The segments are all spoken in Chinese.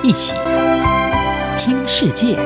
一起听世界。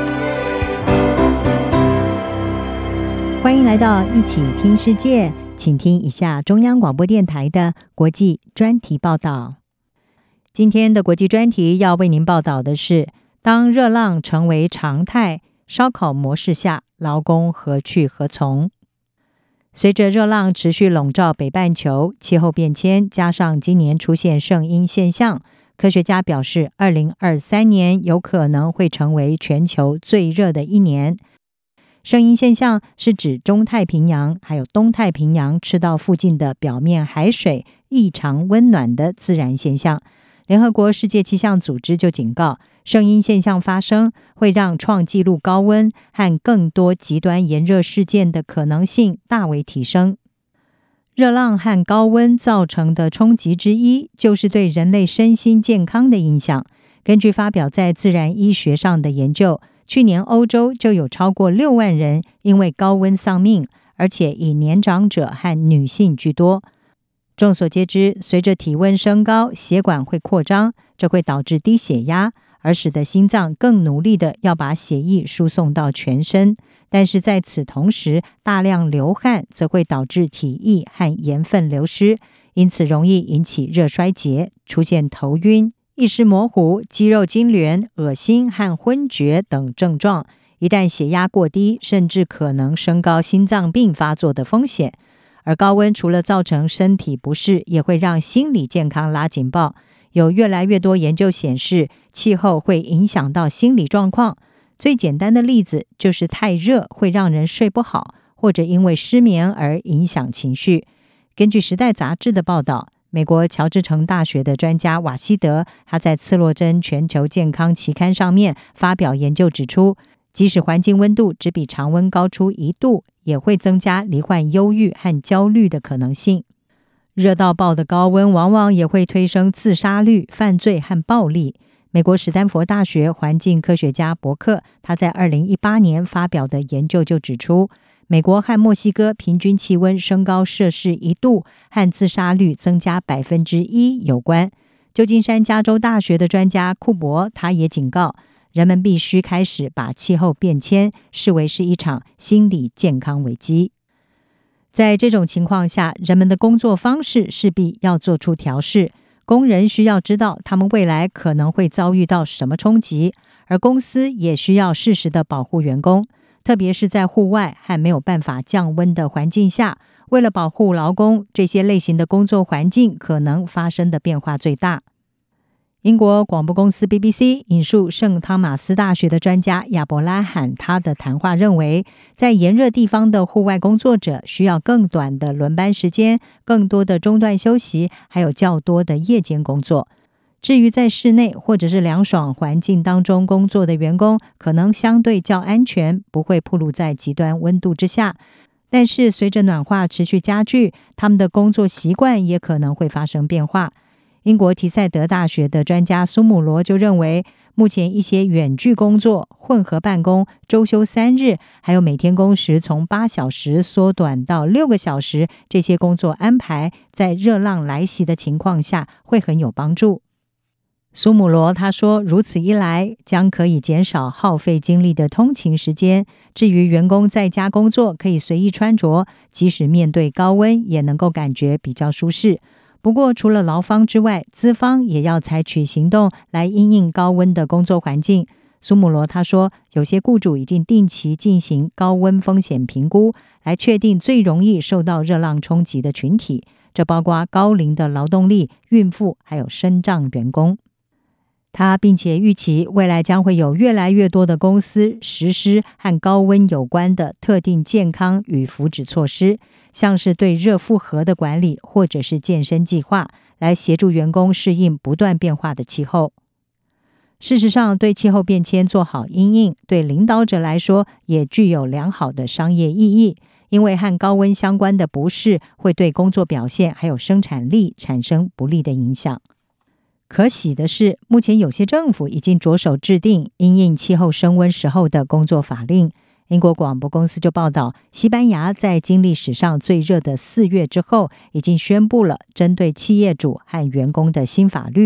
欢迎来到一起听世界，请听一下中央广播电台的国际专题报道。今天的国际专题要为您报道的是，当热浪成为常态，烧烤模式下劳工何去何从？随着热浪持续笼罩北半球，气候变迁加上今年出现圣婴现象，科学家表示2023年有可能会成为全球最热的一年。圣婴现象是指中太平洋还有东太平洋赤道附近的表面海水异常温暖的自然现象。联合国世界气象组织就警告，圣婴现象发生会让创纪录高温和更多极端炎热事件的可能性大为提升。热浪和高温造成的冲击之一，就是对人类身心健康的影响。根据发表在《自然医学》上的研究，去年欧洲就有超过6万人因为高温丧命，而且以年长者和女性居多。众所皆知，随着体温升高，血管会扩张，这会导致低血压，而使得心脏更努力的要把血液输送到全身。但是在此同时，大量流汗则会导致体液和盐分流失，因此容易引起热衰竭，出现头晕、意识模糊、肌肉痉挛、恶心和昏厥等症状。一旦血压过低，甚至可能升高心脏病发作的风险。而高温除了造成身体不适，也会让心理健康拉警报。有越来越多研究显示，气候会影响到心理状况。最简单的例子就是太热会让人睡不好，或者因为失眠而影响情绪。根据《时代》杂志的报道，美国乔治城大学的专家瓦西德，他在《刺洛针全球健康期刊》上面发表研究指出，即使环境温度只比常温高出1度，也会增加罹患忧郁和焦虑的可能性。热到爆的高温往往也会推升自杀率、犯罪和暴力。美国史丹佛大学环境科学家伯克，他在2018年发表的研究就指出，美国和墨西哥平均气温升高摄氏1度，和自杀率增加1%有关。旧金山加州大学的专家库伯，他也警告，人们必须开始把气候变迁视为是一场心理健康危机。在这种情况下，人们的工作方式势必要做出调试。工人需要知道他们未来可能会遭遇到什么冲击，而公司也需要适时的保护员工，特别是在户外和没有办法降温的环境下。为了保护劳工，这些类型的工作环境可能发生的变化最大。英国广播公司 BBC 引述圣汤马斯大学的专家亚伯拉罕他的谈话认为，在炎热地方的户外工作者需要更短的轮班时间、更多的中断休息，还有较多的夜间工作。至于在室内或者是凉爽环境当中工作的员工，可能相对较安全，不会暴露在极端温度之下。但是随着暖化持续加剧，他们的工作习惯也可能会发生变化。英国提赛德大学的专家苏姆罗就认为，目前一些远距工作、混合办公、周休3日，还有每天工时从8小时缩短到6个小时，这些工作安排在热浪来袭的情况下会很有帮助。苏姆罗他说，如此一来将可以减少耗费精力的通勤时间。至于员工在家工作，可以随意穿着，即使面对高温也能够感觉比较舒适。不过除了劳方之外，资方也要采取行动来因应高温的工作环境。苏姆罗他说，有些雇主已经定期进行高温风险评估，来确定最容易受到热浪冲击的群体，这包括高龄的劳动力、孕妇还有身障员工。他并且预期未来将会有越来越多的公司实施和高温有关的特定健康与福祉措施，像是对热负荷的管理或者是健身计划，来协助员工适应不断变化的气候。事实上，对气候变迁做好因应，对领导者来说也具有良好的商业意义，因为和高温相关的不适会对工作表现还有生产力产生不利的影响。可喜的是，目前有些政府已经着手制定因应气候升温时候的工作法令。英国广播公司就报道，西班牙在经历史上最热的4月之后，已经宣布了针对企业主和员工的新法律。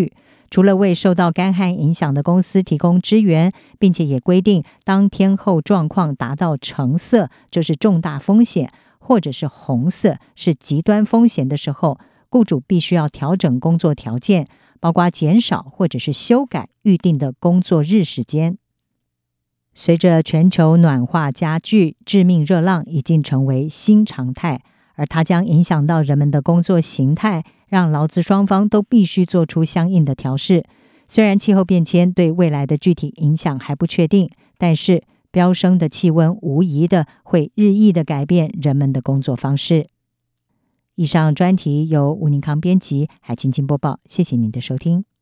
除了为受到干旱影响的公司提供支援，并且也规定当天候状况达到橙色，就是重大风险，或者是红色，是极端风险的时候，雇主必须要调整工作条件，包括减少或者是修改预定的工作日时间。随着全球暖化加剧，致命热浪已经成为新常态，而它将影响到人们的工作形态，让劳资双方都必须做出相应的调试。虽然气候变迁对未来的具体影响还不确定，但是飙升的气温无疑的会日益的改变人们的工作方式。以上专题由吴宁康编辑，海清清播报，谢谢您的收听。